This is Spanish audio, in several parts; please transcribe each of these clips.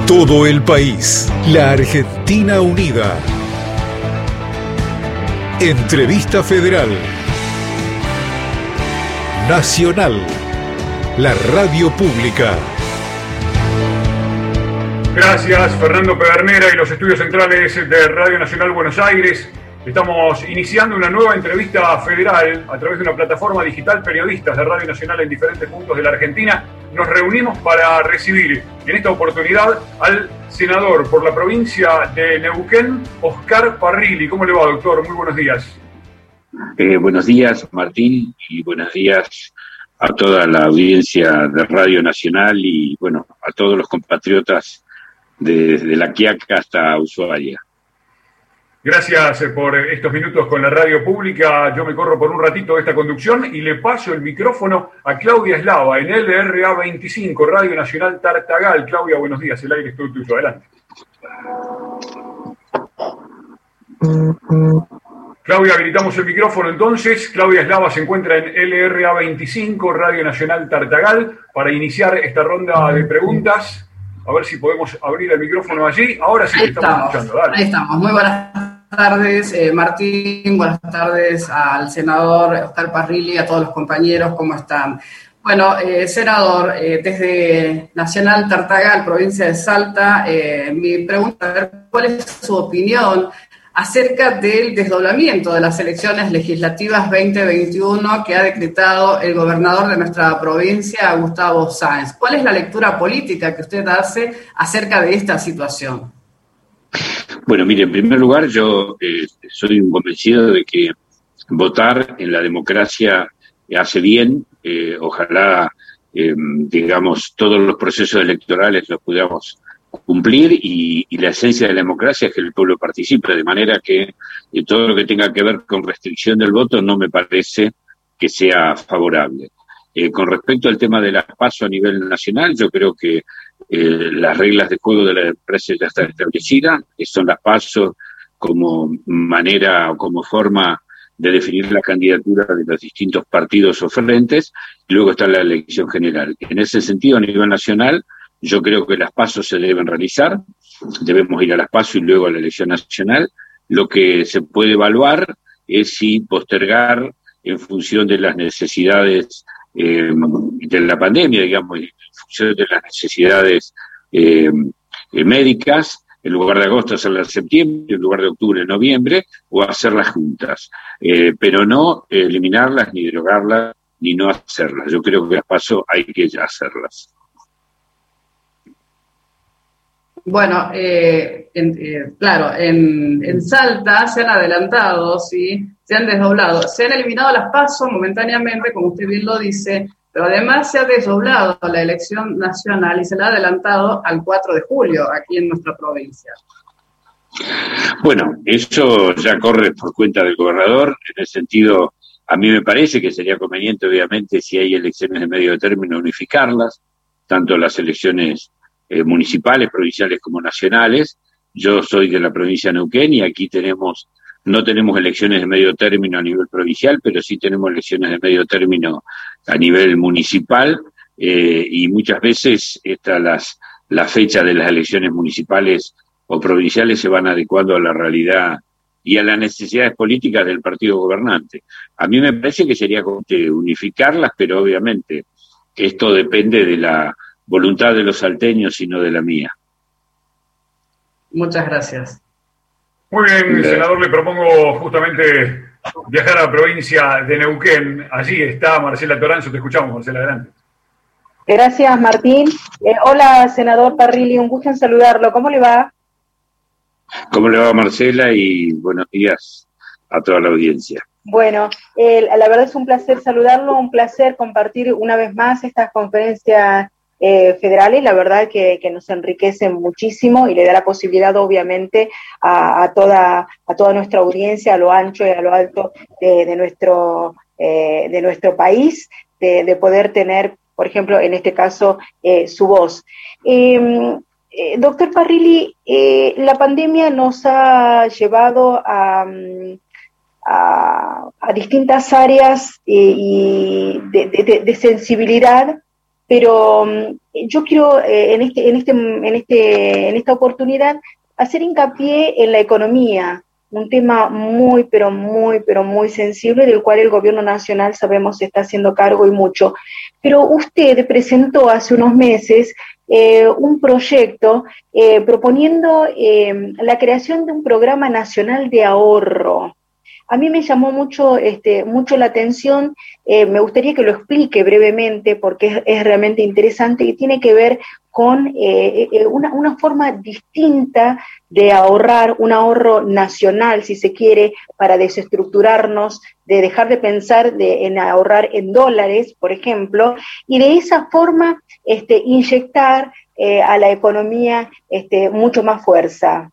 todo el país. La Argentina unida. Entrevista Federal. Nacional. La radio pública. Gracias, Fernando Pedernera y los estudios centrales de Radio Nacional Buenos Aires. Estamos iniciando una nueva entrevista federal a través de una plataforma digital. Periodistas de Radio Nacional en diferentes puntos de la Argentina nos reunimos para recibir en esta oportunidad al senador por la provincia de Neuquén, Oscar Parrilli. ¿Cómo le va, doctor? Muy buenos días. Buenos días, Martín, y buenos días a toda la audiencia de Radio Nacional y, bueno, a todos los compatriotas desde La Quiaca hasta Ushuaia. Gracias por estos minutos con la radio pública. Yo me corro por un ratito de esta conducción y le paso el micrófono a Claudia Eslava en LRA 25, Radio Nacional Tartagal. Claudia, buenos días. El aire es todo tuyo. Adelante. Claudia, habilitamos el micrófono entonces. Claudia Eslava se encuentra en LRA 25, Radio Nacional Tartagal, para iniciar esta ronda de preguntas. A ver si podemos abrir el micrófono allí. Ahora sí que estamos escuchando. Dale. Ahí estamos. Muy buenas tardes, Martín. Buenas tardes al senador Oscar Parrilli, a todos los compañeros. ¿Cómo están? Bueno, senador, desde Nacional Tartagal, provincia de Salta, mi pregunta es ¿cuál es su opinión acerca del desdoblamiento de las elecciones legislativas 2021 que ha decretado el gobernador de nuestra provincia, Gustavo Sáenz? ¿Cuál es la lectura política que usted hace acerca de esta situación? Bueno, mire, en primer lugar, yo soy un convencido de que votar en la democracia hace bien. Ojalá, digamos, todos los procesos electorales los podamos cumplir y la esencia de la democracia es que el pueblo participe, de manera que todo lo que tenga que ver con restricción del voto no me parece que sea favorable. Con respecto al tema de las PASO a nivel nacional, yo creo que las reglas de juego de la democracia ya están establecidas, que son las PASO como manera o como forma de definir la candidatura de los distintos partidos o frentes, y luego está la elección general. En ese sentido, a nivel nacional, yo creo que las PASO se deben realizar, debemos ir a las PASO y luego a la elección nacional. Lo que se puede evaluar es si postergar en función de las necesidades de la pandemia, digamos, en función de las necesidades médicas, en lugar de agosto hacerlas en septiembre, en lugar de octubre en noviembre, o hacerlas juntas, pero no eliminarlas, ni derogarlas, ni no hacerlas. Yo creo que las PASO hay que ya hacerlas. Bueno, claro, en Salta se han adelantado, ¿sí? Se han desdoblado, se han eliminado las PASO momentáneamente, como usted bien lo dice, pero además se ha desdoblado la elección nacional y se la ha adelantado al 4 de julio aquí en nuestra provincia. Bueno, eso ya corre por cuenta del gobernador. En ese sentido, a mí me parece que sería conveniente, obviamente, si hay elecciones de medio término, unificarlas, tanto las elecciones municipales, provinciales como nacionales. Yo soy de la provincia de Neuquén y aquí no tenemos elecciones de medio término a nivel provincial, pero sí tenemos elecciones de medio término a nivel municipal, y muchas veces la fecha de las elecciones municipales o provinciales se van adecuando a la realidad y a las necesidades políticas del partido gobernante. A mí me parece que sería unificarlas, pero obviamente esto depende de la voluntad de los salteños y no de la mía. Muchas gracias. Muy bien, senador, le propongo justamente viajar a la provincia de Neuquén. Allí está Marcela Toranzo, te escuchamos, Marcela, adelante. Gracias, Martín. Hola, senador Parrilli, un gusto en saludarlo. ¿Cómo le va? ¿Cómo le va, Marcela? Y buenos días a toda la audiencia. Bueno, la verdad es un placer saludarlo, un placer compartir una vez más estas conferencias federales, la verdad que nos enriquecen muchísimo y le da la posibilidad obviamente a toda nuestra audiencia, a lo ancho y a lo alto de nuestro país, de poder tener, por ejemplo, en este caso, su voz. Doctor Parrilli, la pandemia nos ha llevado a distintas áreas de sensibilidad pero yo quiero en esta oportunidad hacer hincapié en la economía, un tema muy, pero muy sensible, del cual el gobierno nacional sabemos se está haciendo cargo y mucho. Pero usted presentó hace unos meses un proyecto proponiendo la creación de un programa nacional de ahorro. A mí me llamó mucho la atención, me gustaría que lo explique brevemente porque es realmente interesante y tiene que ver con una forma distinta de ahorrar, un ahorro nacional, si se quiere, para desestructurarnos, de dejar de pensar en ahorrar en dólares, por ejemplo, y de esa forma inyectar a la economía mucho más fuerza.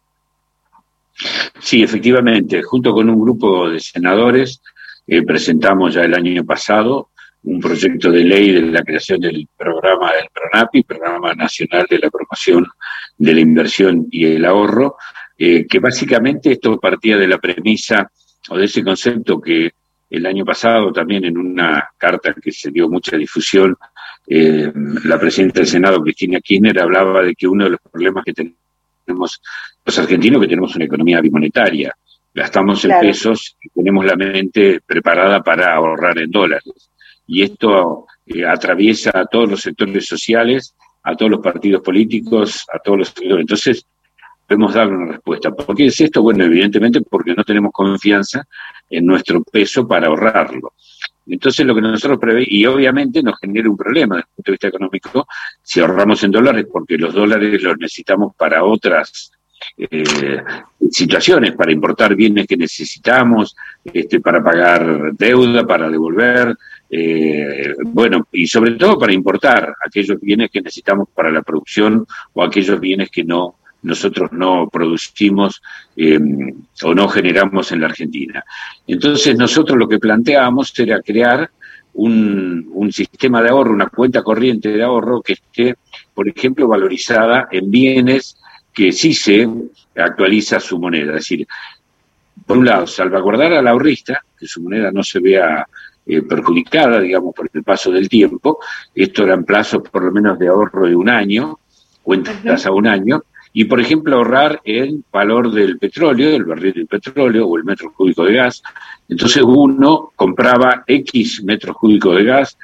Sí, efectivamente, junto con un grupo de senadores presentamos ya el año pasado un proyecto de ley de la creación del programa del PRONAPI, Programa Nacional de la Promoción de la Inversión y el Ahorro, que básicamente esto partía de la premisa o de ese concepto que el año pasado también en una carta que se dio mucha difusión, la presidenta del Senado, Cristina Kirchner, hablaba de que uno de los problemas que tenemos los argentinos, que tenemos una economía bimonetaria, gastamos en pesos y tenemos la mente preparada para ahorrar en dólares. Y esto atraviesa a todos los sectores sociales, a todos los partidos políticos, a todos los sectores. Entonces, debemos darle una respuesta. ¿Por qué es esto? Bueno, evidentemente porque no tenemos confianza en nuestro peso para ahorrarlo. Entonces, lo que nosotros preveemos, y obviamente nos genera un problema desde el punto de vista económico, si ahorramos en dólares, porque los dólares los necesitamos para otras situaciones, para importar bienes que necesitamos, para pagar deuda, para devolver, bueno, y sobre todo para importar aquellos bienes que necesitamos para la producción o aquellos bienes que nosotros no producimos o no generamos en la Argentina. Entonces nosotros lo que planteábamos era crear un sistema de ahorro, una cuenta corriente de ahorro que esté, por ejemplo, valorizada en bienes que sí se actualiza su moneda. Es decir, por un lado, salvaguardar al ahorrista, que su moneda no se vea perjudicada, digamos, por el paso del tiempo. Esto eran plazos por lo menos de ahorro de un año, cuentas a un año, y por ejemplo ahorrar el valor del petróleo, del barril del petróleo o el metro cúbico de gas. Entonces uno compraba X metros cúbicos de gas,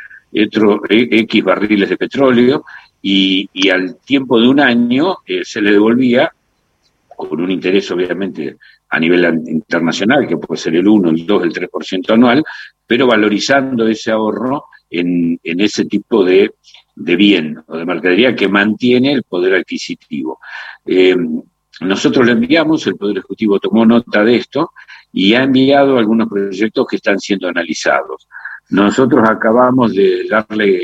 X barriles de petróleo, y al tiempo de un año se le devolvía, con un interés obviamente a nivel internacional, que puede ser el 1, el 2, el 3% anual, pero valorizando ese ahorro en ese tipo de bien o de mercadería que mantiene el poder adquisitivo. Nosotros le enviamos, el Poder Ejecutivo tomó nota de esto y ha enviado algunos proyectos que están siendo analizados. Nosotros acabamos de darle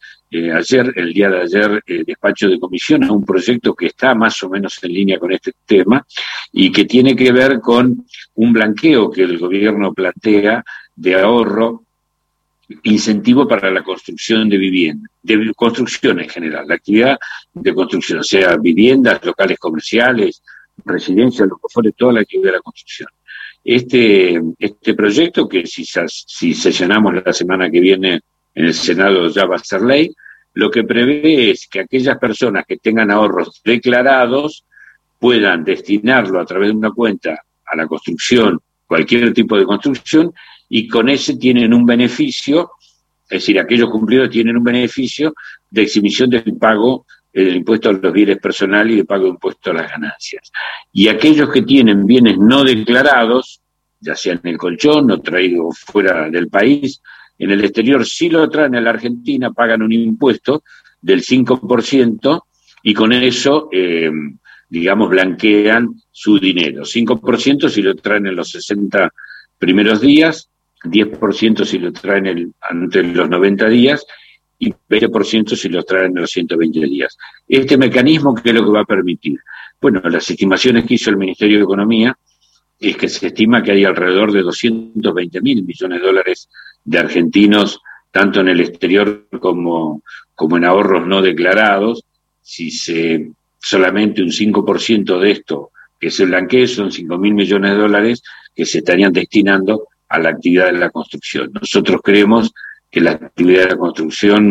el día de ayer, despacho de comisión a un proyecto que está más o menos en línea con este tema y que tiene que ver con un blanqueo que el gobierno plantea de ahorro, incentivo para la construcción de vivienda, de construcción en general, la actividad de construcción, o sea, viviendas, locales comerciales, residencias, lo que fuere, toda la actividad de la construcción. Este proyecto, que si sesionamos la semana que viene en el Senado ya va a ser ley, lo que prevé es que aquellas personas que tengan ahorros declarados puedan destinarlo a través de una cuenta a la construcción, cualquier tipo de construcción, y con ese tienen un beneficio, es decir, aquellos cumplidos tienen un beneficio de exhibición del pago del impuesto a los bienes personales y de pago de impuesto a las ganancias. Y aquellos que tienen bienes no declarados, ya sea en el colchón o traído fuera del país, en el exterior sí lo traen a la Argentina, pagan un impuesto del 5% y con eso, digamos, blanquean su dinero. 5% si lo traen en los 60 primeros días, 10% si lo traen ante los 90 días y 20% si lo traen en los 120 días. Este mecanismo, ¿qué es lo que va a permitir? Bueno, las estimaciones que hizo el Ministerio de Economía es que se estima que hay alrededor de 220.000 millones de dólares de argentinos, tanto en el exterior como en ahorros no declarados. Si solamente un 5% de esto que se blanquee, son 5.000 millones de dólares que se estarían destinando a la actividad de la construcción. Nosotros creemos que la actividad de la construcción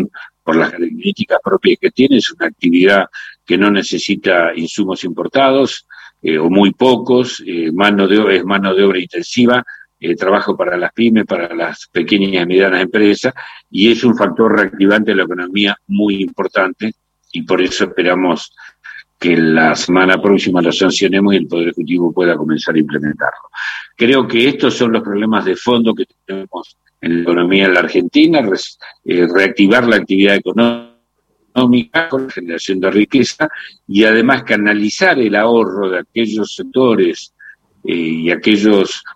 por las características propias que tiene. Es una actividad que no necesita insumos importados, o muy pocos, es mano de obra intensiva, trabajo para las pymes, para las pequeñas y medianas empresas, y es un factor reactivante de la economía muy importante, y por eso esperamos que la semana próxima lo sancionemos y el Poder Ejecutivo pueda comenzar a implementarlo. Creo que estos son los problemas de fondo que tenemos en la economía de la Argentina, reactivar la actividad económica con la generación de riqueza y además canalizar el ahorro de aquellos sectores y aquellos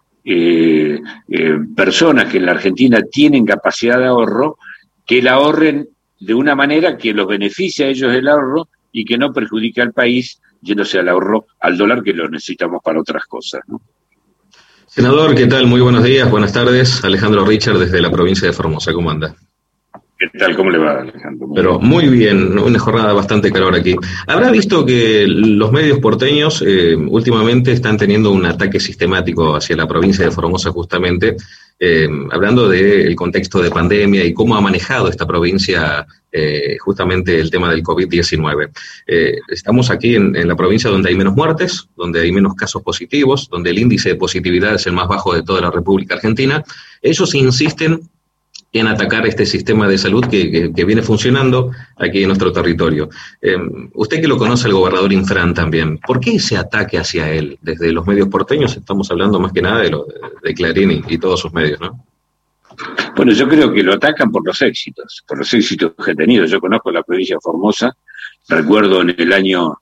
personas que en la Argentina tienen capacidad de ahorro, que la ahorren de una manera que los beneficie a ellos el ahorro y que no perjudique al país yéndose al ahorro, al dólar, que lo necesitamos para otras cosas, ¿no? Senador, ¿qué tal? Muy buenos días, buenas tardes. Alejandro Richard desde la provincia de Formosa, ¿cómo anda? ¿Qué tal? ¿Cómo le va, Alejandro? Muy bien, una jornada bastante calor aquí. Habrá visto que los medios porteños últimamente están teniendo un ataque sistemático hacia la provincia de Formosa justamente, hablando del contexto de pandemia y cómo ha manejado esta provincia justamente el tema del COVID-19. Estamos aquí en la provincia donde hay menos muertes, donde hay menos casos positivos, donde el índice de positividad es el más bajo de toda la República Argentina. Ellos insisten en atacar este sistema de salud que viene funcionando aquí en nuestro territorio. Usted que lo conoce al gobernador Infran también, ¿por qué ese ataque hacia él? Desde los medios porteños estamos hablando más que nada de Clarín y todos sus medios, ¿no? Bueno, yo creo que lo atacan por los éxitos que ha tenido. Yo conozco la provincia de Formosa, recuerdo en el año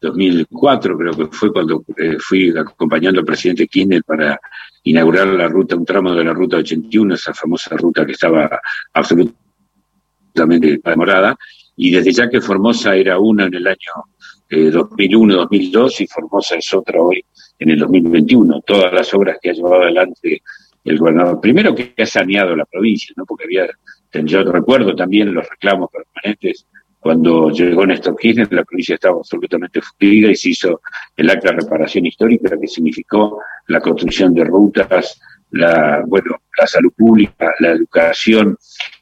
2004, creo que fue cuando fui acompañando al presidente Kirchner para inaugurar un tramo de la ruta 81, esa famosa ruta que estaba absolutamente demorada, y desde ya que Formosa era una en el año 2001-2002 y Formosa es otra hoy en el 2021. Todas las obras que ha llevado adelante el gobernador, primero que ha saneado la provincia, ¿no? Porque yo recuerdo también los reclamos permanentes. Cuando llegó Néstor Kirchner, la provincia estaba absolutamente fundida y se hizo el acta de reparación histórica, que significó la construcción de rutas, la salud pública, la educación,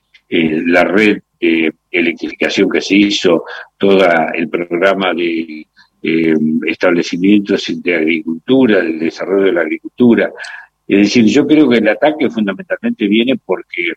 la red de electrificación que se hizo, todo el programa de establecimientos de agricultura, del desarrollo de la agricultura. Es decir, yo creo que el ataque fundamentalmente viene porque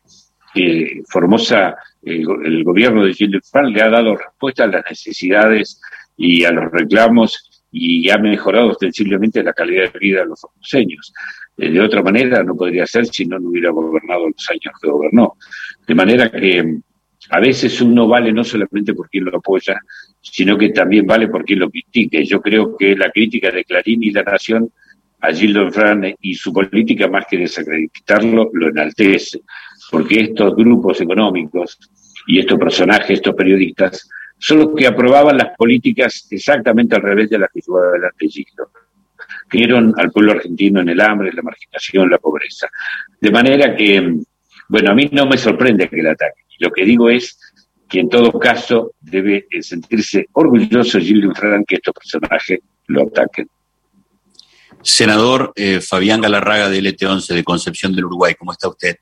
Formosa, el gobierno de Gildo Infran le ha dado respuesta a las necesidades y a los reclamos y ha mejorado ostensiblemente la calidad de vida de los formoseños. De otra manera no podría ser si no hubiera gobernado los años que gobernó. De manera que a veces uno vale no solamente por quien lo apoya, sino que también vale por quien lo critique. Yo creo que la crítica de Clarín y La Nación a Gildo Infran y su política, más que desacreditarlo, lo enaltece. Porque estos grupos económicos y estos personajes, estos periodistas, son los que aprobaban las políticas exactamente al revés de las que llevaba adelante Gildo. Vieron al pueblo argentino en el hambre, la marginación, la pobreza. De manera que, bueno, a mí no me sorprende que el ataque. Lo que digo es que en todo caso debe sentirse orgulloso Gildo Infran que estos personajes lo ataquen. Senador Fabián Galarraga de LT11 de Concepción del Uruguay, ¿cómo está usted?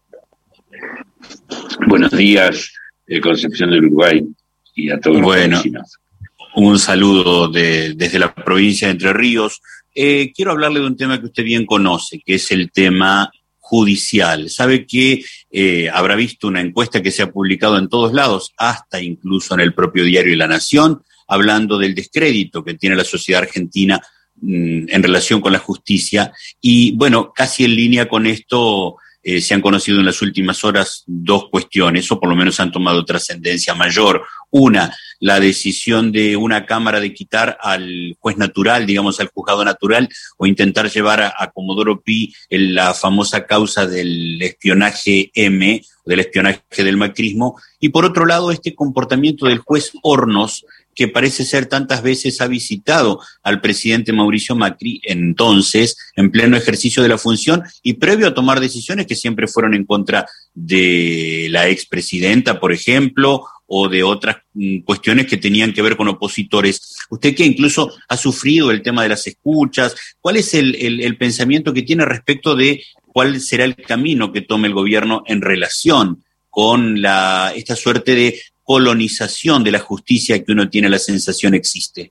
Buenos días, Concepción del Uruguay, y a todos los vecinos. Un saludo desde la provincia de Entre Ríos. Quiero hablarle de un tema que usted bien conoce, que es el tema judicial. Sabe que habrá visto una encuesta que se ha publicado en todos lados, hasta incluso en el propio diario La Nación, hablando del descrédito que tiene la sociedad argentina en relación con la justicia. Y bueno, casi en línea con esto se han conocido en las últimas horas dos cuestiones, o por lo menos han tomado trascendencia mayor. Una, la decisión de una Cámara de quitar al juez natural, digamos al juzgado natural, o intentar llevar a Comodoro Pi en la famosa causa del espionaje M, del espionaje del macrismo. Y por otro lado, este comportamiento del juez Hornos, que parece ser tantas veces ha visitado al presidente Mauricio Macri, entonces, en pleno ejercicio de la función y previo a tomar decisiones que siempre fueron en contra de la expresidenta, por ejemplo, o de otras cuestiones que tenían que ver con opositores. Usted que incluso ha sufrido el tema de las escuchas, ¿cuál es el pensamiento que tiene respecto de cuál será el camino que tome el gobierno en relación con esta suerte de colonización de la justicia que uno tiene la sensación existe?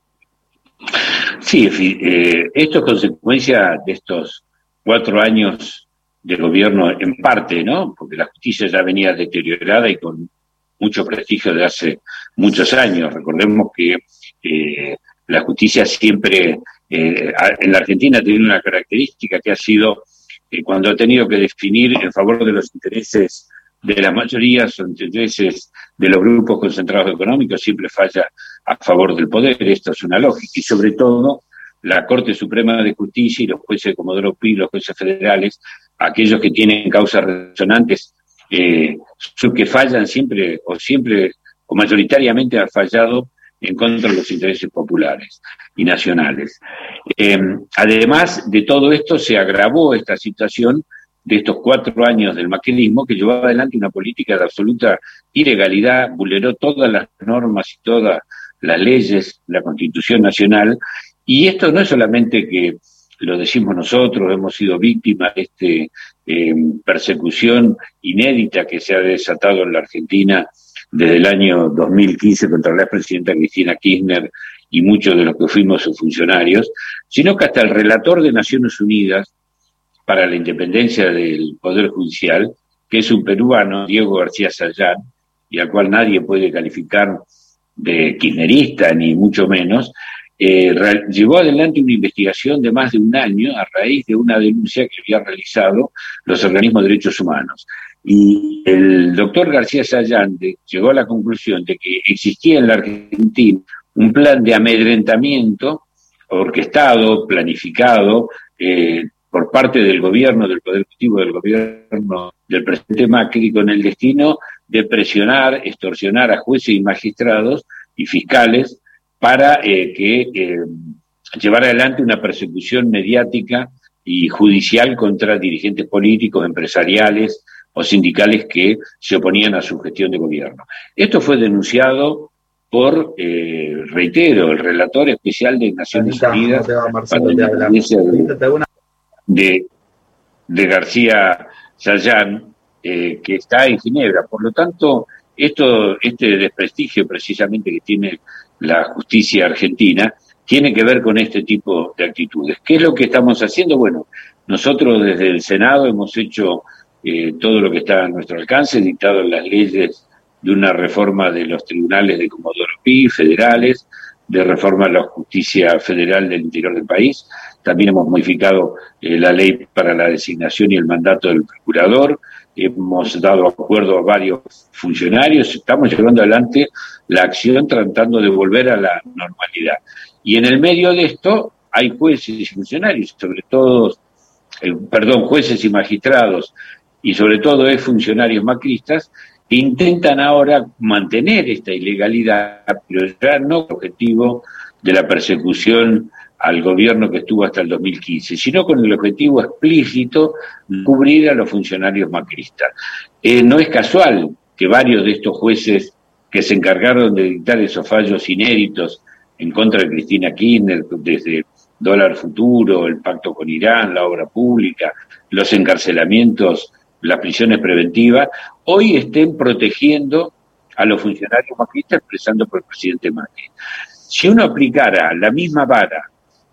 Sí, esto es consecuencia de estos 4 años de gobierno en parte, ¿no? Porque la justicia ya venía deteriorada y con mucho prestigio de hace muchos años. Recordemos que la justicia siempre, en la Argentina, tiene una característica que ha sido cuando ha tenido que definir en favor de los intereses de la mayoría, o intereses de los grupos concentrados económicos, siempre falla a favor del poder. Esto es una lógica. Y sobre todo, la Corte Suprema de Justicia y los jueces de Comodoro Pi, los jueces federales, aquellos que tienen causas resonantes, que fallan siempre o mayoritariamente han fallado en contra de los intereses populares y nacionales. Además de todo esto, se agravó esta situación de estos 4 años del macrismo, que llevaba adelante una política de absoluta ilegalidad, vulneró todas las normas y todas las leyes, la Constitución Nacional, y esto no es solamente que lo decimos nosotros, hemos sido víctimas de esta persecución inédita que se ha desatado en la Argentina desde el año 2015 contra la expresidenta Cristina Kirchner y muchos de los que fuimos sus funcionarios, sino que hasta el relator de Naciones Unidas para la independencia del Poder Judicial, que es un peruano, Diego García Sayán, y al cual nadie puede calificar de kirchnerista, ni mucho menos, llevó adelante una investigación de más de 1 año a raíz de una denuncia que había realizado los organismos de derechos humanos. Y el doctor García Sayán llegó a la conclusión de que existía en la Argentina un plan de amedrentamiento orquestado, planificado, por parte del gobierno, del Poder Ejecutivo, del gobierno del presidente Macri, con el destino de presionar, extorsionar a jueces y magistrados y fiscales para llevar adelante una persecución mediática y judicial contra dirigentes políticos, empresariales o sindicales que se oponían a su gestión de gobierno. Esto fue denunciado por, reitero, el relator especial de Naciones Unidas de García Sayán, que está en Ginebra. Por lo tanto, este desprestigio precisamente que tiene la justicia argentina tiene que ver con este tipo de actitudes. ¿Qué es lo que estamos haciendo? Bueno, nosotros desde el Senado hemos hecho todo lo que está a nuestro alcance, dictado las leyes de una reforma de los tribunales de Comodoro Pi, federales, de reforma a la justicia federal del interior del país. También hemos modificado la ley para la designación y el mandato del procurador. Hemos dado acuerdo a varios funcionarios. Estamos llevando adelante la acción tratando de volver a la normalidad. Y en el medio de esto hay jueces y funcionarios, jueces y magistrados, y sobre todo funcionarios macristas, que intentan ahora mantener esta ilegalidad, pero ya no con el objetivo de la persecución al gobierno que estuvo hasta el 2015, sino con el objetivo explícito de cubrir a los funcionarios macristas. No es casual que varios de estos jueces que se encargaron de dictar esos fallos inéditos en contra de Cristina Kirchner, desde dólar futuro, el pacto con Irán, la obra pública, los encarcelamientos, las prisiones preventivas, hoy estén protegiendo a los funcionarios macristas expresando por el presidente Macri. Si uno aplicara la misma vara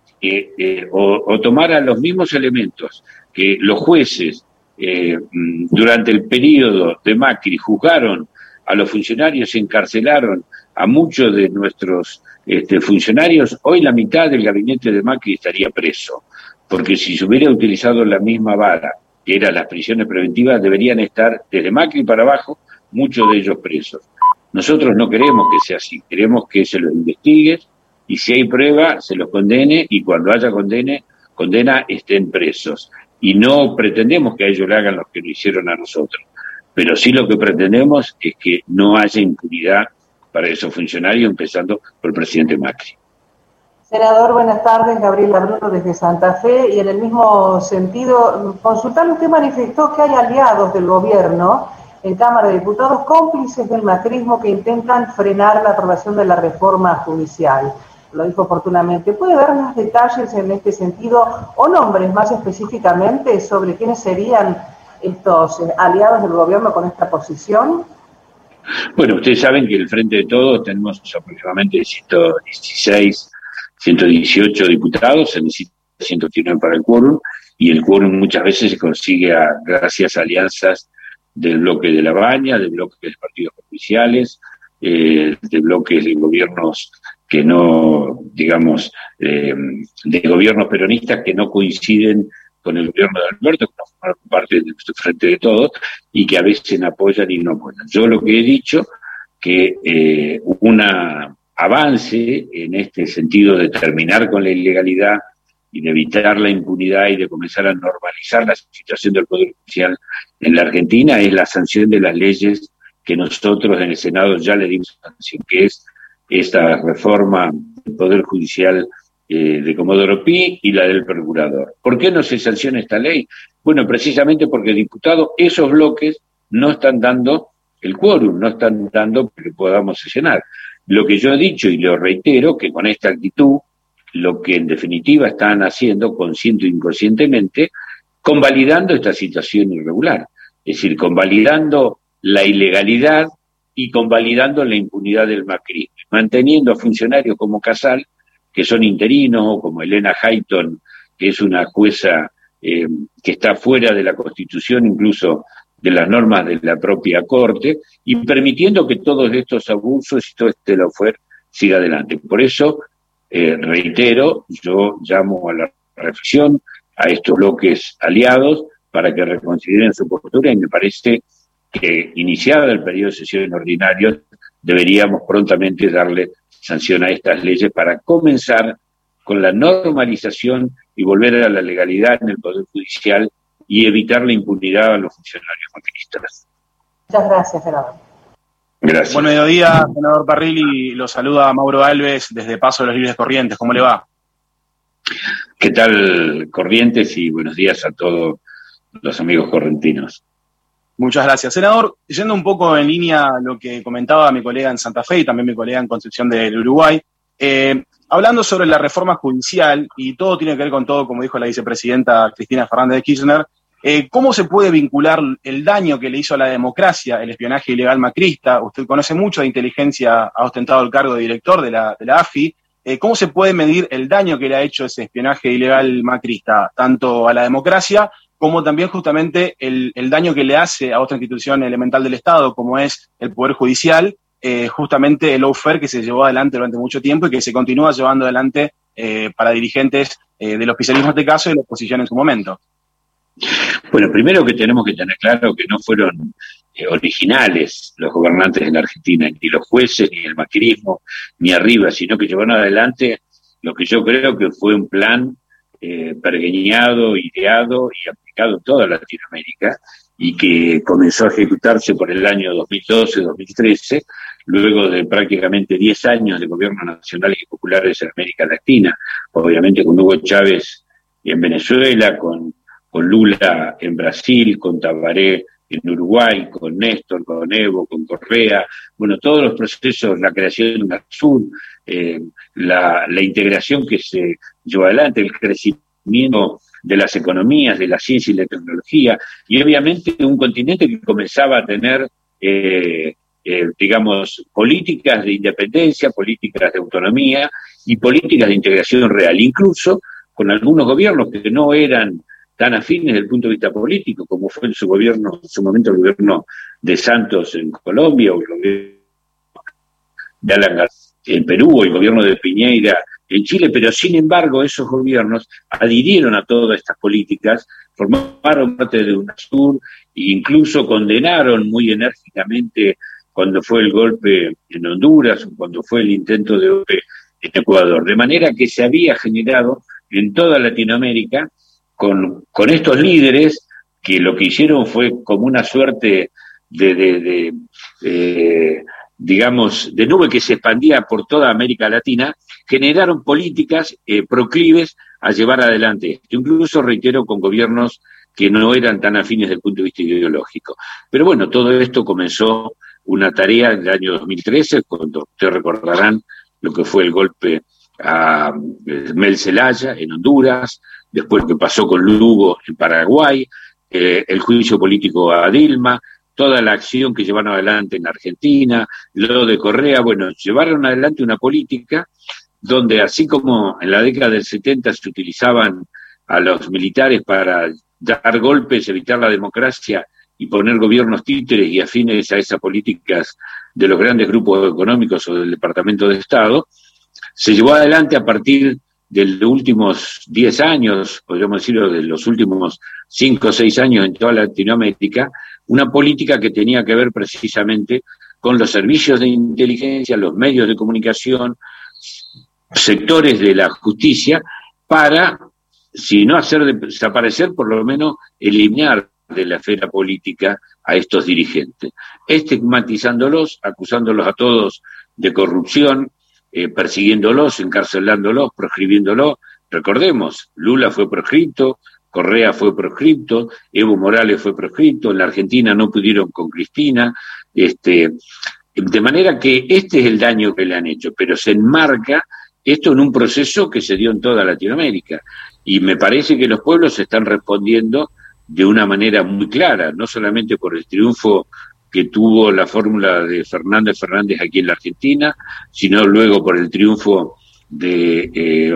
o tomara los mismos elementos que los jueces durante el periodo de Macri juzgaron a los funcionarios y encarcelaron a muchos de nuestros funcionarios, hoy la mitad del gabinete de Macri estaría preso, porque si se hubiera utilizado la misma vara, que eran las prisiones preventivas, deberían estar desde Macri para abajo muchos de ellos presos. Nosotros no queremos que sea así, queremos que se los investigue y si hay prueba se los condene y cuando haya condena estén presos. Y no pretendemos que a ellos le hagan lo que lo hicieron a nosotros, pero sí lo que pretendemos es que no haya impunidad para esos funcionarios, empezando por el presidente Macri. Senador, buenas tardes, Gabriela Bruno desde Santa Fe, y en el mismo sentido, consultarle, usted manifestó que hay aliados del gobierno en Cámara de Diputados cómplices del macrismo que intentan frenar la aprobación de la reforma judicial. Lo dijo oportunamente. ¿Puede dar más detalles en este sentido o nombres más específicamente sobre quiénes serían estos aliados del gobierno con esta posición? Bueno, ustedes saben que el Frente de Todos tenemos aproximadamente 116, 118 diputados, se necesita 189 para el quórum, y el quórum muchas veces se consigue gracias a alianzas del bloque de La Baña, del bloque de partidos provinciales, de bloques de gobiernos que no, digamos, de gobiernos peronistas que no coinciden con el gobierno de Alberto, que no forman parte de nuestro Frente de Todos, y que a veces apoyan y no apoyan. Yo lo que he dicho, que un avance en este sentido de terminar con la ilegalidad y de evitar la impunidad y de comenzar a normalizar la situación del Poder Judicial en la Argentina es la sanción de las leyes que nosotros en el Senado ya le dimos sanción, que es esta reforma del Poder Judicial de Comodoro Pi y la del Procurador. ¿Por qué no se sanciona esta ley? Bueno, precisamente porque, diputados, esos bloques no están dando el quórum, no están dando que podamos sesionar. Lo que yo he dicho, y lo reitero, que con esta actitud, lo que en definitiva están haciendo, consciente o inconscientemente, convalidando esta situación irregular. Es decir, convalidando la ilegalidad y convalidando la impunidad del macrismo, manteniendo a funcionarios como Casal, que son interinos, o como Elena Hayton, que es una jueza que está fuera de la Constitución, incluso de las normas de la propia Corte, y permitiendo que todos estos abusos y todo este lawfare siga adelante. Por eso, reitero, yo llamo a la reflexión a estos bloques aliados para que reconsideren su postura, y me parece que, iniciado el periodo de sesiones ordinarias, deberíamos prontamente darle sanción a estas leyes para comenzar con la normalización y volver a la legalidad en el Poder Judicial y evitar la impunidad a los funcionarios macristas. Muchas gracias, senador. Gracias. Buen mediodía, senador Parrilli. Lo saluda Mauro Alves desde Paso de los Libres Corrientes. ¿Cómo le va? ¿Qué tal, Corrientes? Y buenos días a todos los amigos correntinos. Muchas gracias. Senador, yendo un poco en línea a lo que comentaba mi colega en Santa Fe y también mi colega en Concepción del Uruguay, hablando sobre la reforma judicial, y todo tiene que ver con todo, como dijo la vicepresidenta Cristina Fernández de Kirchner, ¿cómo se puede vincular el daño que le hizo a la democracia el espionaje ilegal macrista? Usted conoce mucho de inteligencia, ha ostentado el cargo de director de la AFI. ¿Cómo se puede medir el daño que le ha hecho ese espionaje ilegal macrista, tanto a la democracia como también justamente el daño que le hace a otra institución elemental del Estado, como es el Poder Judicial, justamente el lawfare que se llevó adelante durante mucho tiempo y que se continúa llevando adelante para dirigentes del oficialismo en este caso y la oposición en su momento? Bueno, primero que tenemos que tener claro que no fueron originales los gobernantes de la Argentina, ni los jueces, ni el macrismo, ni arriba, sino que llevaron adelante lo que yo creo que fue un plan pergeñado, ideado y aplicado en toda Latinoamérica, y que comenzó a ejecutarse por el año 2012-2013, luego de prácticamente 10 años de gobiernos nacionales y populares en América Latina, obviamente con Hugo Chávez en Venezuela, con Lula en Brasil, con Tabaré en Uruguay, con Néstor, con Evo, con Correa, bueno, todos los procesos, la creación de UNASUR, la integración que se llevó adelante, el crecimiento de las economías, de la ciencia y la tecnología, y obviamente un continente que comenzaba a tener, digamos, políticas de independencia, políticas de autonomía y políticas de integración real, incluso con algunos gobiernos que no eran tan afines desde el punto de vista político, como fue en su gobierno, en su momento el gobierno de Santos en Colombia, o el gobierno de Alan García en Perú, o el gobierno de Piñera en Chile, pero sin embargo esos gobiernos adhirieron a todas estas políticas, formaron parte de UNASUR e incluso condenaron muy enérgicamente cuando fue el golpe en Honduras o cuando fue el intento de golpe en Ecuador. De manera que se había generado en toda Latinoamérica con estos líderes que lo que hicieron fue como una suerte digamos, de nube que se expandía por toda América Latina, generaron políticas proclives a llevar adelante esto, incluso, reitero, con gobiernos que no eran tan afines desde el punto de vista ideológico. Pero bueno, todo esto comenzó una tarea en el año 2013, cuando ustedes recordarán lo que fue el golpe a Mel Zelaya en Honduras, después lo que pasó con Lugo en Paraguay, el juicio político a Dilma, toda la acción que llevaron adelante en Argentina, lo de Correa, bueno, llevaron adelante una política donde así como en la década del 70 se utilizaban a los militares para dar golpes, evitar la democracia y poner gobiernos títeres y afines a esas políticas de los grandes grupos económicos o del Departamento de Estado, se llevó adelante a partir de los últimos 10 años, podríamos decirlo, de los últimos 5 o 6 años en toda Latinoamérica, una política que tenía que ver precisamente con los servicios de inteligencia, los medios de comunicación, sectores de la justicia, para, si no hacer desaparecer, por lo menos eliminar de la esfera política a estos dirigentes, estigmatizándolos, acusándolos a todos de corrupción, persiguiéndolos, encarcelándolos, proscribiéndolos. Recordemos, Lula fue proscripto, Correa fue proscripto, Evo Morales fue proscripto, en la Argentina no pudieron con Cristina, de manera que este es el daño que le han hecho, pero se enmarca esto en un proceso que se dio en toda Latinoamérica, y me parece que los pueblos están respondiendo de una manera muy clara, no solamente por el triunfo que tuvo la fórmula de Fernández aquí en la Argentina, sino luego por el triunfo de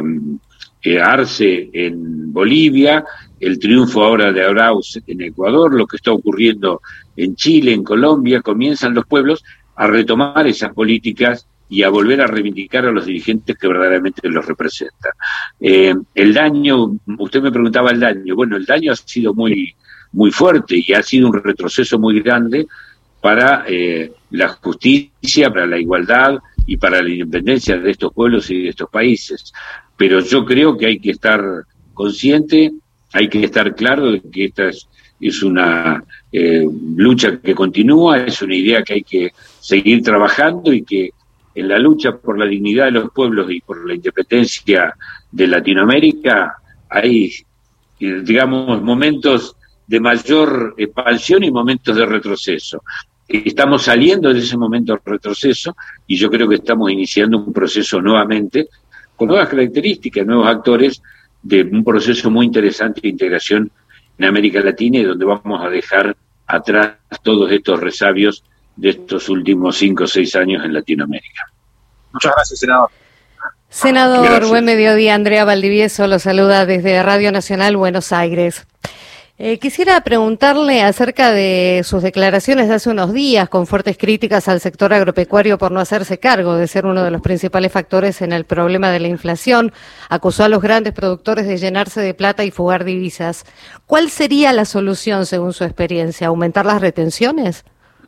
Arce en Bolivia, el triunfo ahora de Arauz en Ecuador, lo que está ocurriendo en Chile, en Colombia. Comienzan los pueblos a retomar esas políticas y a volver a reivindicar a los dirigentes que verdaderamente los representan. El daño, usted me preguntaba el daño, bueno, el daño ha sido muy fuerte y ha sido un retroceso muy grande para la justicia, para la igualdad y para la independencia de estos pueblos y de estos países. Pero yo creo que hay que estar consciente, hay que estar claro de que esta es una lucha que continúa, es una idea que hay que seguir trabajando, y que en la lucha por la dignidad de los pueblos y por la independencia de Latinoamérica hay, digamos, momentos de mayor expansión y momentos de retroceso. Estamos saliendo de ese momento de retroceso y yo creo que estamos iniciando un proceso nuevamente con nuevas características, nuevos actores, de un proceso muy interesante de integración en América Latina, y donde vamos a dejar atrás todos estos resabios de estos últimos 5 o 6 años en Latinoamérica. Muchas gracias, senador. Senador, Gracias. Buen mediodía. Andrea Valdivieso lo saluda desde Radio Nacional Buenos Aires. Quisiera preguntarle acerca de sus declaraciones de hace unos días, con fuertes críticas al sector agropecuario por no hacerse cargo de ser uno de los principales factores en el problema de la inflación. Acusó a los grandes productores de llenarse de plata y fugar divisas. ¿Cuál sería la solución, según su experiencia? ¿Aumentar las retenciones?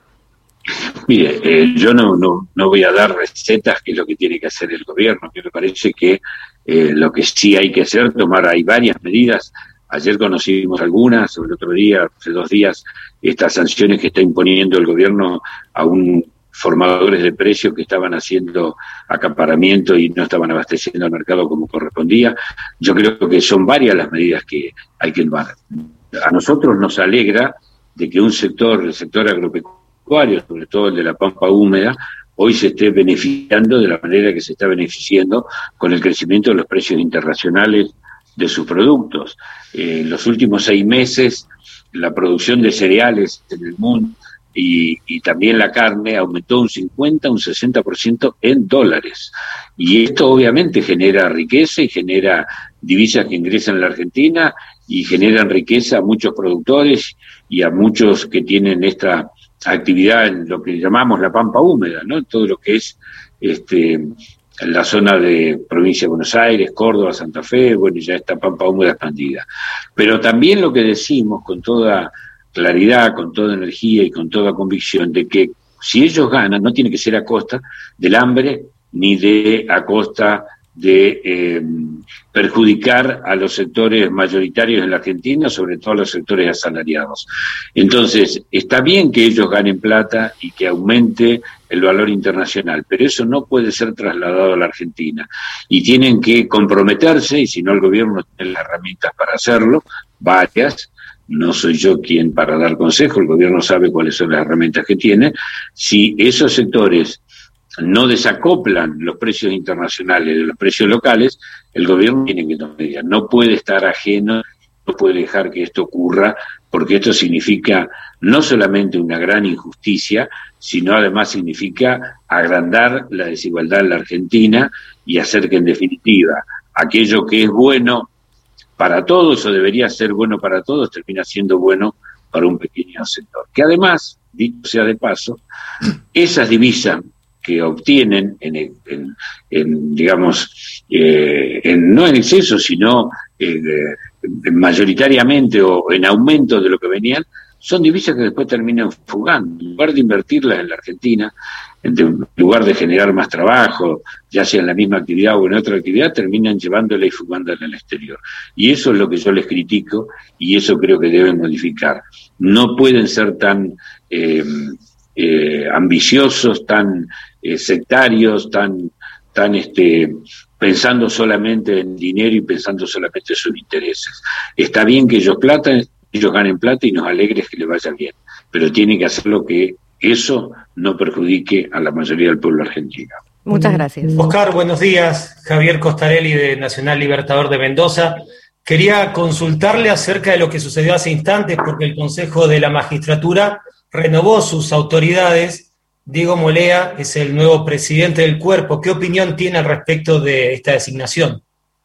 Mire, yo no voy a dar recetas, que es lo que tiene que hacer el gobierno. Me parece que lo que sí hay que hacer, hay varias medidas. Ayer conocimos algunas, sobre el otro día, hace 2 días, estas sanciones que está imponiendo el gobierno a formadores de precios que estaban haciendo acaparamiento y no estaban abasteciendo al mercado como correspondía. Yo creo que son varias las medidas que hay que tomar. A nosotros nos alegra de que el sector agropecuario, sobre todo el de la pampa húmeda, hoy se esté beneficiando de la manera que se está beneficiando con el crecimiento de los precios internacionales de sus productos. En los últimos 6 meses, la producción de cereales en el mundo y también la carne aumentó un 50, un 60% en dólares. Y esto obviamente genera riqueza y genera divisas que ingresan a la Argentina y generan riqueza a muchos productores y a muchos que tienen esta actividad en lo que llamamos la pampa húmeda, ¿no? Todo lo que es la zona de provincia de Buenos Aires, Córdoba, Santa Fe, bueno, ya está pampa húmeda expandida. Pero también lo que decimos con toda claridad, con toda energía y con toda convicción, de que si ellos ganan, no tiene que ser a costa del hambre ni a costa de perjudicar a los sectores mayoritarios en la Argentina, sobre todo a los sectores asalariados. Entonces, está bien que ellos ganen plata y que aumente el valor internacional, pero eso no puede ser trasladado a la Argentina. Y tienen que comprometerse, y si no el gobierno tiene las herramientas para hacerlo, varias. No soy yo quien para dar consejo, el gobierno sabe cuáles son las herramientas que tiene. Si esos sectores no desacoplan los precios internacionales de los precios locales, el gobierno tiene que tomar medidas. No puede estar ajeno puede dejar que esto ocurra, porque esto significa no solamente una gran injusticia, sino además significa agrandar la desigualdad en la Argentina y hacer que, en definitiva, aquello que es bueno para todos o debería ser bueno para todos termina siendo bueno para un pequeño sector. Que además, dicho sea de paso, esas divisas que obtienen digamos, no en exceso, sino mayoritariamente o en aumento de lo que venían, son divisas que después terminan fugando. En lugar de invertirlas en la Argentina, en lugar de generar más trabajo, ya sea en la misma actividad o en otra actividad, terminan llevándola y fugándola al exterior. Y eso es lo que yo les critico y eso creo que deben modificar. No pueden ser tan ambiciosos, tan sectarios, tan pensando solamente en dinero y pensando solamente en sus intereses. Está bien que ellos ganen plata y nos alegres que les vaya bien, pero tienen que hacerlo que eso no perjudique a la mayoría del pueblo argentino. Muchas gracias. Oscar, buenos días. Javier Costarelli de Nacional Libertador de Mendoza. Quería consultarle acerca de lo que sucedió hace instantes, porque el Consejo de la Magistratura renovó sus autoridades. Diego Molea es el nuevo presidente del cuerpo. ¿Qué opinión tiene al respecto de esta designación?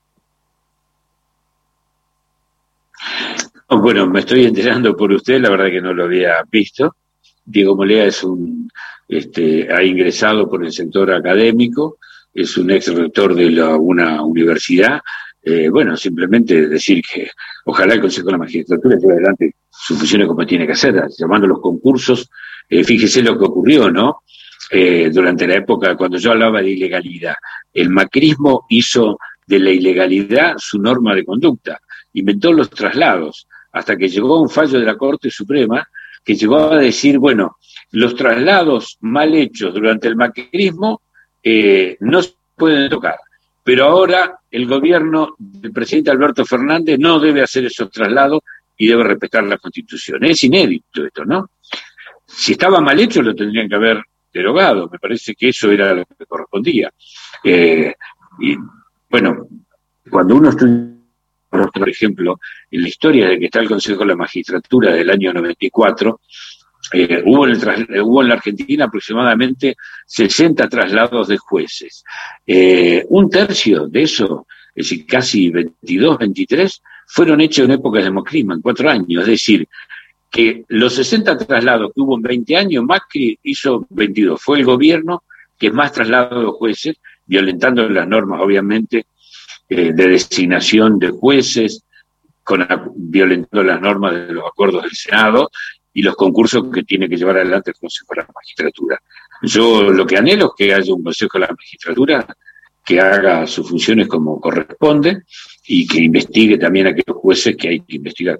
Bueno, me estoy enterando por usted, la verdad que no lo había visto. Diego Molea es ha ingresado por el sector académico, es un ex rector de una universidad. Bueno, simplemente decir que ojalá el Consejo de la Magistratura lleve adelante sus funciones como tiene que hacer, llamando los concursos. Fíjese lo que ocurrió, ¿no? Durante la época, cuando yo hablaba de ilegalidad, el macrismo hizo de la ilegalidad su norma de conducta, inventó los traslados, hasta que llegó un fallo de la Corte Suprema que llegó a decir, bueno, los traslados mal hechos durante el macrismo no se pueden tocar, pero ahora el gobierno del presidente Alberto Fernández no debe hacer esos traslados y debe respetar la Constitución. Es inédito esto, ¿no? Si estaba mal hecho lo tendrían que haber derogado, me parece que eso era lo que correspondía. Y bueno, cuando uno estudia, por ejemplo, en la historia de que está el Consejo de la Magistratura del año 94, hubo en la Argentina aproximadamente 60 traslados de jueces. Un tercio de eso, es decir, casi 22, 23, fueron hechos en épocas de macrismo, en 4 años. Es decir, que los 60 traslados que hubo en 20 años, Macri hizo 22. Fue el gobierno que más traslado de jueces, violentando las normas, obviamente, de designación de jueces, violentando las normas de los acuerdos del Senado y los concursos que tiene que llevar adelante el Consejo de la Magistratura. Yo lo que anhelo es que haya un Consejo de la Magistratura que haga sus funciones como corresponde y que investigue también a aquellos jueces que hay que investigar.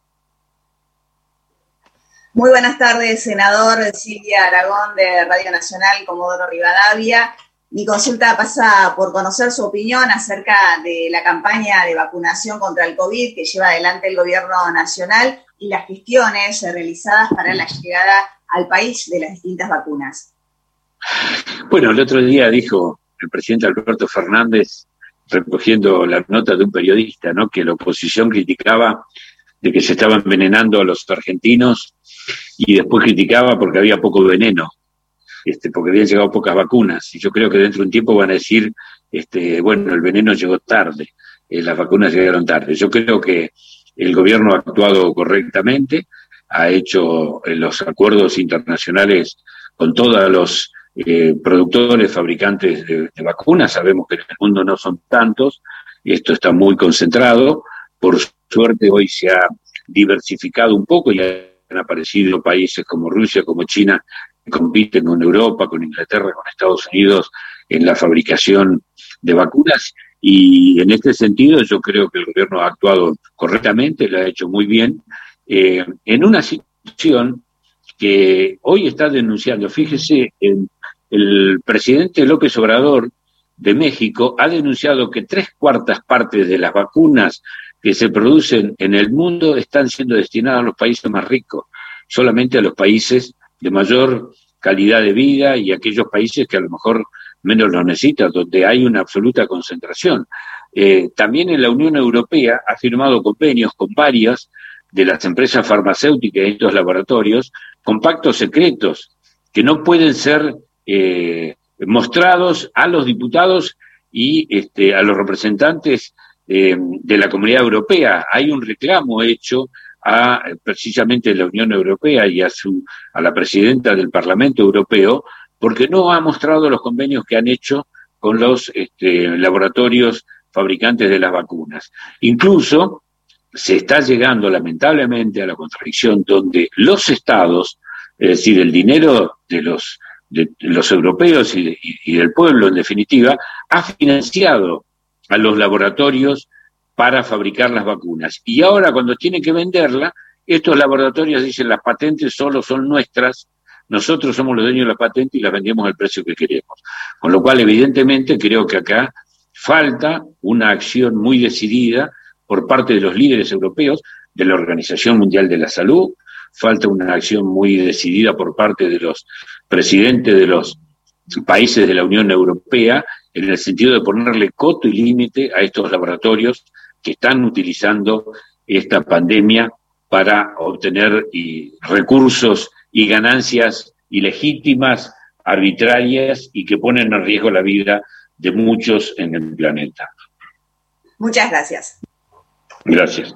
Muy buenas tardes, senador. Silvia Aragón de Radio Nacional, Comodoro Rivadavia. Mi consulta pasa por conocer su opinión acerca de la campaña de vacunación contra el COVID que lleva adelante el gobierno nacional y las gestiones realizadas para la llegada al país de las distintas vacunas. Bueno, el otro día dijo el presidente Alberto Fernández, recogiendo la nota de un periodista, ¿no?, que la oposición criticaba de que se estaban envenenando a los argentinos y después criticaba porque había poco veneno, porque habían llegado pocas vacunas. Y yo creo que dentro de un tiempo van a decir, bueno, el veneno llegó tarde, las vacunas llegaron tarde. Yo creo que el gobierno ha actuado correctamente, ha hecho los acuerdos internacionales con todos los productores, fabricantes de vacunas. Sabemos que en el mundo no son tantos, esto está muy concentrado. Por suerte hoy se ha diversificado un poco y han aparecido países como Rusia, como China, que compiten con Europa, con Inglaterra, con Estados Unidos en la fabricación de vacunas. Y en este sentido yo creo que el gobierno ha actuado correctamente, lo ha hecho muy bien, en una situación que hoy está denunciando. Fíjese, el presidente López Obrador de México ha denunciado que 3/4 partes de las vacunas que se producen en el mundo están siendo destinadas a los países más ricos, solamente a los países de mayor calidad de vida y aquellos países que a lo mejor menos lo necesitan, donde hay una absoluta concentración. también en la Unión Europea ha firmado convenios con varias de las empresas farmacéuticas y estos laboratorios, con pactos secretos que no pueden ser mostrados a los diputados y a los representantes de la Comunidad Europea. Hay un reclamo hecho a precisamente la Unión Europea y a la presidenta del Parlamento Europeo, porque no ha mostrado los convenios que han hecho con los laboratorios fabricantes de las vacunas. Incluso se está llegando lamentablemente a la contradicción donde los estados, es decir, el dinero de los europeos y del pueblo en definitiva, ha financiado a los laboratorios para fabricar las vacunas. Y ahora cuando tienen que venderla, estos laboratorios dicen las patentes solo son nuestras, nosotros somos los dueños de la patente y las vendemos al precio que queremos. Con lo cual, evidentemente, creo que acá falta una acción muy decidida por parte de los líderes europeos, de la Organización Mundial de la Salud, falta una acción muy decidida por parte de los presidentes de los países de la Unión Europea, en el sentido de ponerle coto y límite a estos laboratorios que están utilizando esta pandemia para obtener recursos y ganancias ilegítimas, arbitrarias y que ponen en riesgo la vida de muchos en el planeta. Muchas gracias. Gracias.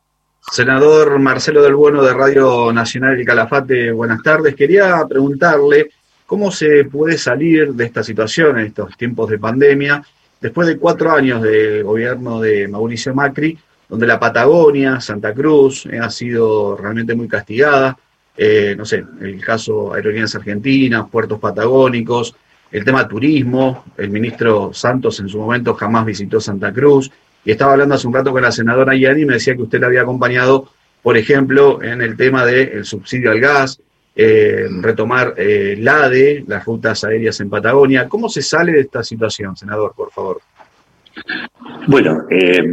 Senador Marcelo Del Bueno de Radio Nacional El Calafate, buenas tardes. Quería preguntarle cómo se puede salir de esta situación en estos tiempos de pandemia, después de 4 años de gobierno de Mauricio Macri, donde la Patagonia, Santa Cruz, ha sido realmente muy castigada. No sé, el caso Aerolíneas Argentinas, puertos patagónicos, el tema turismo, el ministro Santos en su momento jamás visitó Santa Cruz, y estaba hablando hace un rato con la senadora Yani y me decía que usted la había acompañado, por ejemplo, en el tema del subsidio al gas, retomar la ADE, las rutas aéreas en Patagonia. ¿Cómo se sale de esta situación, senador, por favor? Bueno,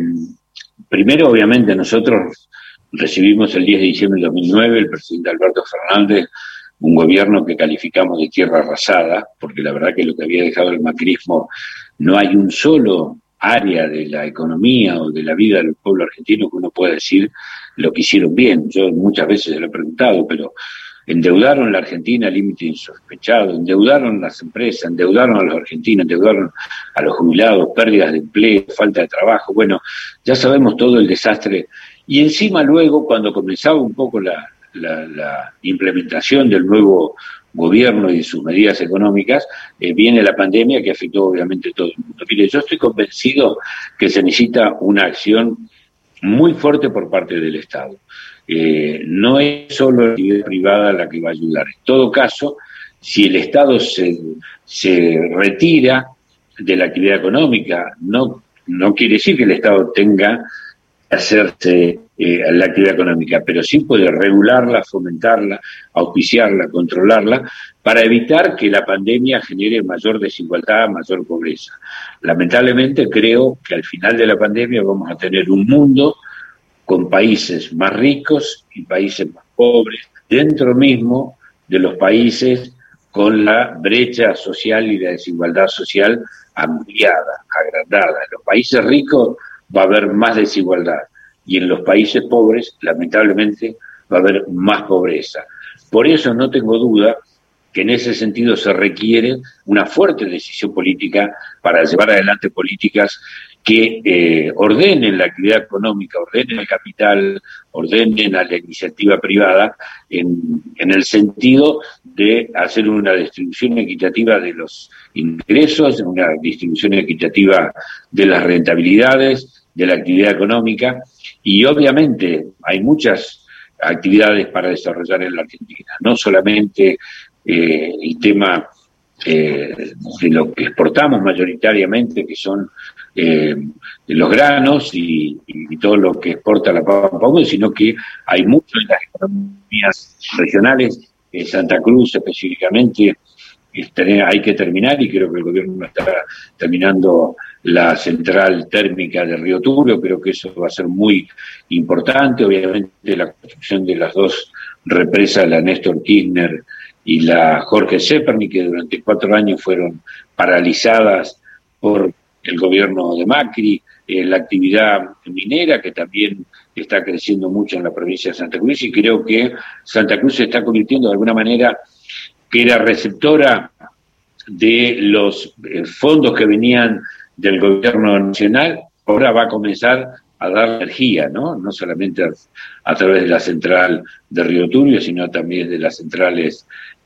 primero, obviamente, nosotros recibimos el 10 de diciembre de 2009 el presidente Alberto Fernández, un gobierno que calificamos de tierra arrasada, porque la verdad que lo que había dejado el macrismo, no hay un solo área de la economía o de la vida del pueblo argentino que uno pueda decir lo que hicieron bien. Yo muchas veces se lo he preguntado, pero endeudaron la Argentina al límite insospechado, endeudaron las empresas, endeudaron a los argentinos, endeudaron a los jubilados, pérdidas de empleo, falta de trabajo. Bueno, ya sabemos todo el desastre. Y encima luego, cuando comenzaba un poco la implementación del nuevo gobierno y de sus medidas económicas, viene la pandemia que afectó obviamente a todo el mundo. Mire, yo estoy convencido que se necesita una acción muy fuerte por parte del Estado. No es solo la actividad privada la que va a ayudar. En todo caso, si el Estado se retira de la actividad económica, no quiere decir que el Estado tenga que hacerse la actividad económica, pero sí puede regularla, fomentarla, auspiciarla, controlarla, para evitar que la pandemia genere mayor desigualdad, mayor pobreza. Lamentablemente creo que al final de la pandemia vamos a tener un mundo con países más ricos y países más pobres, dentro mismo de los países con la brecha social y la desigualdad social ampliada, agrandada. En los países ricos va a haber más desigualdad y en los países pobres, lamentablemente, va a haber más pobreza. Por eso no tengo duda que en ese sentido se requiere una fuerte decisión política para llevar adelante políticas que ordenen la actividad económica, ordenen el capital, ordenen a la iniciativa privada en el sentido de hacer una distribución equitativa de los ingresos, una distribución equitativa de las rentabilidades, de la actividad económica, y obviamente hay muchas actividades para desarrollar en la Argentina, no solamente el tema de lo que exportamos mayoritariamente, que son los granos y todo lo que exporta la pampa húmeda, sino que hay mucho en las economías regionales, Santa Cruz específicamente, hay que terminar, y creo que el gobierno está terminando la central térmica de Río Turbio. Creo que eso va a ser muy importante. Obviamente la construcción de las 2 represas, la Néstor Kirchner y la Jorge Zeperny, que durante 4 años fueron paralizadas por el gobierno de Macri, la actividad minera, que también está creciendo mucho en la provincia de Santa Cruz, y creo que Santa Cruz se está convirtiendo de alguna manera, que era receptora de los fondos que venían del gobierno nacional, ahora va a comenzar a dar energía, no solamente a través de la central de Río Turbio, sino también de las centrales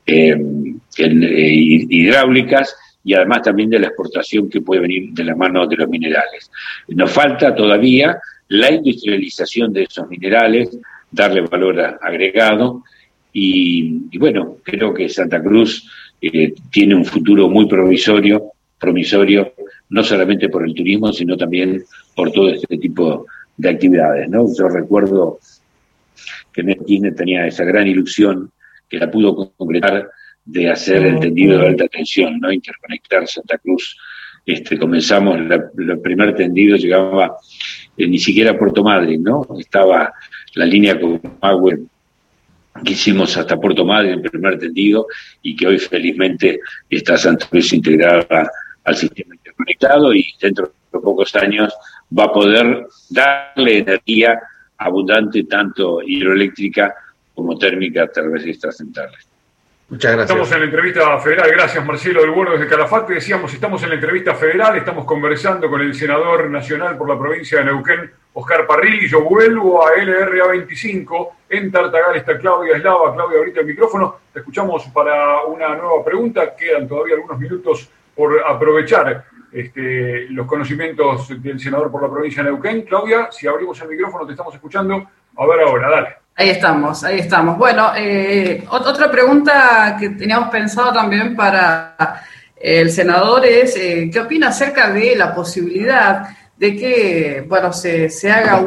hidráulicas, y además también de la exportación que puede venir de la mano de los minerales. Nos falta todavía la industrialización de esos minerales, darle valor agregado, y bueno, creo que Santa Cruz tiene un futuro muy promisorio, no solamente por el turismo, sino también por todo este tipo de actividades, ¿no? Yo recuerdo que Néstor Kirchner tenía esa gran ilusión, que la pudo concretar, de hacer el tendido de alta tensión, ¿no? Interconectar Santa Cruz. Comenzamos, el primer tendido llegaba ni siquiera a Puerto Madryn, ¿no? Estaba la línea con Comahue que hicimos hasta Puerto Madryn, el primer tendido, y que hoy felizmente está Santa Cruz integrada al sistema interconectado, y dentro de pocos años va a poder darle energía abundante, tanto hidroeléctrica como térmica, a través de estas centrales. Muchas gracias. Estamos en la entrevista federal. Gracias, Marcelo del Bueno desde Calafate. Decíamos, estamos en la entrevista federal, estamos conversando con el senador nacional por la provincia de Neuquén, Oscar Parrilli. Yo vuelvo a LRA 25. En Tartagal está Claudia Eslava. Claudia, ahorita el micrófono. Te escuchamos para una nueva pregunta. Quedan todavía algunos minutos por aprovechar los conocimientos del senador por la provincia de Neuquén. Claudia, si abrimos el micrófono, te estamos escuchando. A ver ahora, dale. Ahí estamos. Bueno, otra pregunta que teníamos pensado también para el senador es, ¿qué opina acerca de la posibilidad de que, se haga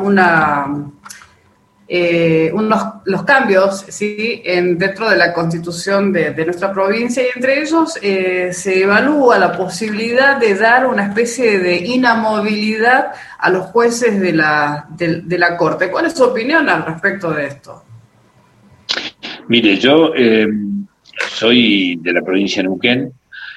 los cambios, ¿sí?, dentro de la Constitución de nuestra provincia, y entre ellos se evalúa la posibilidad de dar una especie de inamovilidad a los jueces de la Corte? ¿Cuál es su opinión al respecto de esto? Mire, yo soy de la provincia de Neuquén.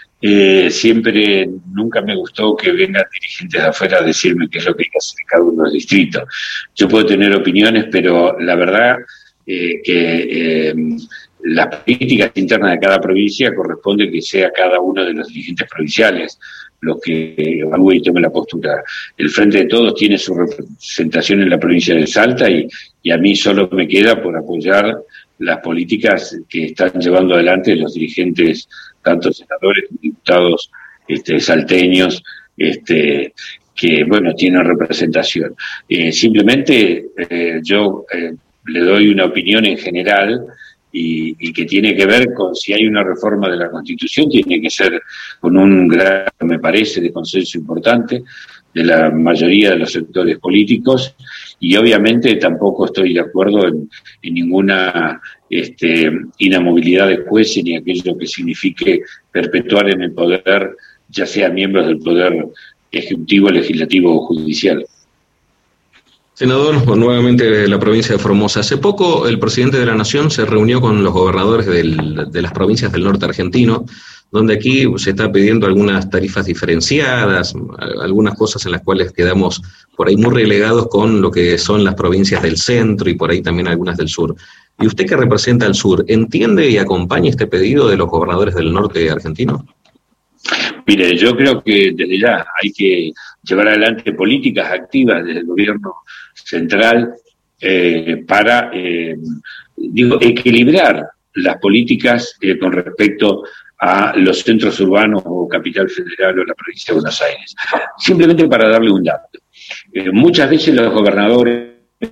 Nunca me gustó que vengan dirigentes de afuera a decirme qué es lo que hay que hacer en cada uno de los distritos. Yo puedo tener opiniones, pero la verdad que las políticas internas de cada provincia corresponde que sea cada uno de los dirigentes provinciales los que evalúe y tome la postura. El Frente de Todos tiene su representación en la provincia de Salta, y a mí solo me queda por apoyar las políticas que están llevando adelante los dirigentes, tanto senadores como diputados salteños, que tienen representación. Simplemente yo le doy una opinión en general, y que tiene que ver con si hay una reforma de la Constitución, tiene que ser con un grado, me parece, de consenso importante de la mayoría de los sectores políticos, y obviamente tampoco estoy de acuerdo en ninguna inamovilidad de jueces, ni aquello que signifique perpetuar en el poder, ya sea miembros del poder ejecutivo, legislativo o judicial. Senador, nuevamente de la provincia de Formosa. Hace poco el presidente de la Nación se reunió con los gobernadores de las provincias del norte argentino, donde aquí se está pidiendo algunas tarifas diferenciadas, algunas cosas en las cuales quedamos por ahí muy relegados con lo que son las provincias del centro y por ahí también algunas del sur. ¿Y usted, que representa al sur, entiende y acompaña este pedido de los gobernadores del norte argentino? Mire, yo creo que desde ya hay que llevar adelante políticas activas desde el gobierno central para equilibrar las políticas con respecto a los centros urbanos o capital federal o la provincia de Buenos Aires. Simplemente para darle un dato. Muchas veces los gobernadores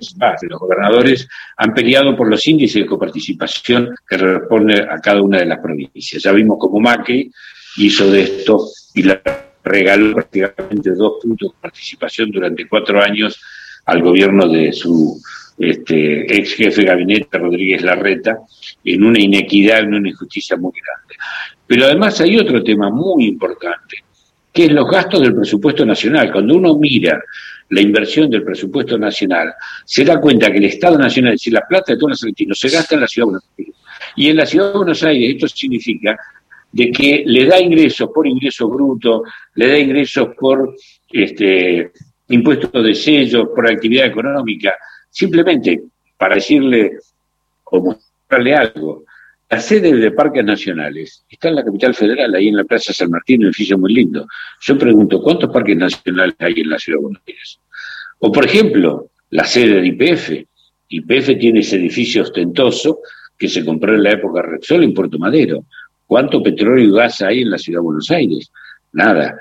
han peleado por los índices de coparticipación que responden a cada una de las provincias. Ya vimos cómo Macri hizo de esto y le regaló prácticamente 2 puntos de participación durante 4 años al gobierno de su ex jefe de gabinete, Rodríguez Larreta, en una inequidad, en una injusticia muy grande. Pero además hay otro tema muy importante, que es los gastos del presupuesto nacional. Cuando uno mira la inversión del presupuesto nacional, se da cuenta que el Estado Nacional, es decir, la plata de todos los argentinos, se gasta en la Ciudad de Buenos Aires. Y en la Ciudad de Buenos Aires esto significa de que le da ingresos por ingreso bruto, le da ingresos por impuestos de sellos por actividad económica, simplemente para decirle o mostrarle algo. La sede de Parques Nacionales está en la capital federal, ahí en la Plaza San Martín, un edificio muy lindo. Yo pregunto, ¿cuántos parques nacionales hay en la Ciudad de Buenos Aires? O, por ejemplo, la sede de YPF. YPF tiene ese edificio ostentoso que se compró en la época Repsol en Puerto Madero. ¿Cuánto petróleo y gas hay en la Ciudad de Buenos Aires? Nada.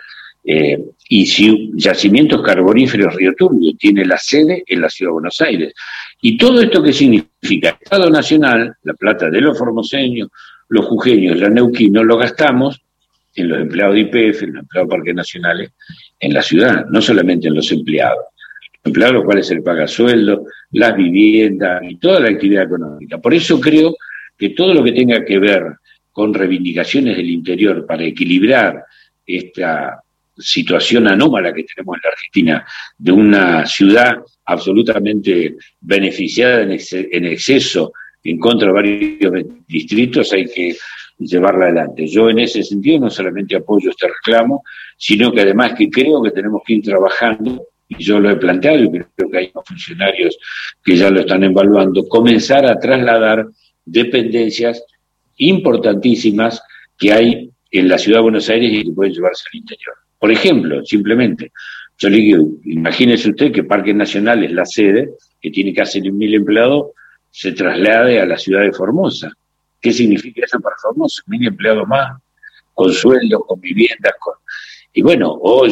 Y si Yacimientos Carboníferos Río Turbio tiene la sede en la Ciudad de Buenos Aires. ¿Y todo esto qué significa? El Estado Nacional, la plata de los formoseños, los jujeños, los neuquinos, lo gastamos en los empleados de YPF, en los empleados de Parques Nacionales, en la ciudad, no solamente en los empleados. Los empleados a los cuales se les paga sueldo, las viviendas y toda la actividad económica. Por eso creo que todo lo que tenga que ver con reivindicaciones del interior para equilibrar esta situación anómala que tenemos en la Argentina, de una ciudad absolutamente beneficiada en exceso en contra de varios distritos, hay que llevarla adelante. Yo en ese sentido no solamente apoyo este reclamo, sino que además que creo que tenemos que ir trabajando, y yo lo he planteado y creo que hay funcionarios que ya lo están evaluando, comenzar a trasladar dependencias importantísimas que hay en la Ciudad de Buenos Aires y que pueden llevarse al interior. Por ejemplo, simplemente, yo le digo, imagínese usted que Parques Nacionales, la sede, que tiene casi 1.000 empleados, se traslade a la ciudad de Formosa. ¿Qué significa eso para Formosa? 1.000 empleados más, con sueldos, con viviendas, y bueno, o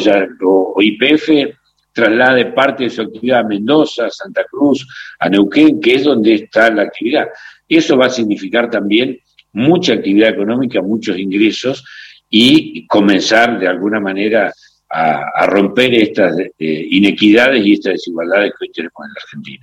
YPF traslade parte de su actividad a Mendoza, a Santa Cruz, a Neuquén, que es donde está la actividad. Eso va a significar también mucha actividad económica, muchos ingresos, y comenzar de alguna manera a romper estas inequidades y estas desigualdades que hoy tenemos en la Argentina.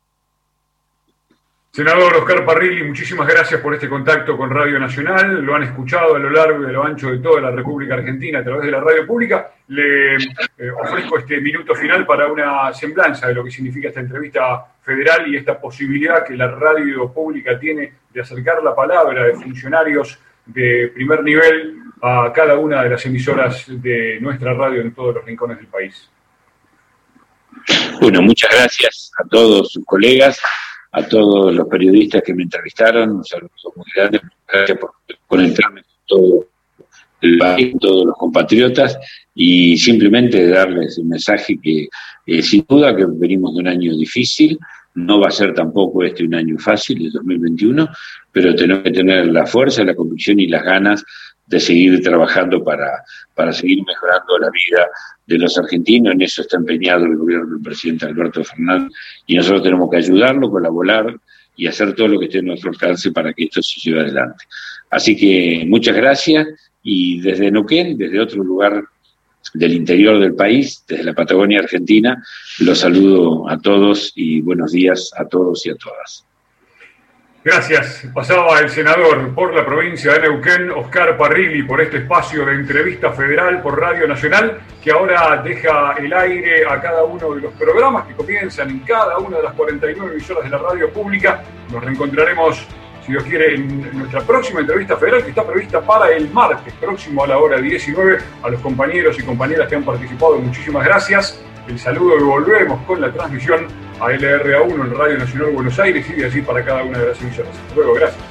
Senador Oscar Parrilli, muchísimas gracias por este contacto con Radio Nacional. Lo han escuchado a lo largo y a lo ancho de toda la República Argentina a través de la radio pública. Le ofrezco este minuto final para una semblanza de lo que significa esta entrevista federal y esta posibilidad que la radio pública tiene de acercar la palabra de funcionarios de primer nivel a cada una de las emisoras de nuestra radio en todos los rincones del país. Bueno, muchas gracias a todos sus colegas, a todos los periodistas que me entrevistaron, un saludo muy grande, gracias por conectarme con todo el país, todos los compatriotas, y simplemente darles el mensaje que sin duda que venimos de un año difícil, no va a ser tampoco un año fácil, el 2021, pero tenemos que tener la fuerza, la convicción y las ganas de seguir trabajando para seguir mejorando la vida de los argentinos. En eso está empeñado el gobierno del presidente Alberto Fernández y nosotros tenemos que ayudarlo, colaborar y hacer todo lo que esté en nuestro alcance para que esto se lleve adelante. Así que muchas gracias y desde Neuquén, desde otro lugar del interior del país, desde la Patagonia Argentina, los saludo a todos y buenos días a todos y a todas. Gracias. Pasaba el senador por la provincia de Neuquén, Oscar Parrilli, por este espacio de entrevista federal por Radio Nacional, que ahora deja el aire a cada uno de los programas que comienzan en cada una de las 49 emisoras de la radio pública. Nos reencontraremos, si Dios quiere, en nuestra próxima entrevista federal, que está prevista para el martes próximo a la hora 19. A los compañeros y compañeras que han participado, muchísimas gracias. El saludo y volvemos con la transmisión a LRA1 en Radio Nacional Buenos Aires y de allí para cada una de las emisoras. Hasta luego, gracias.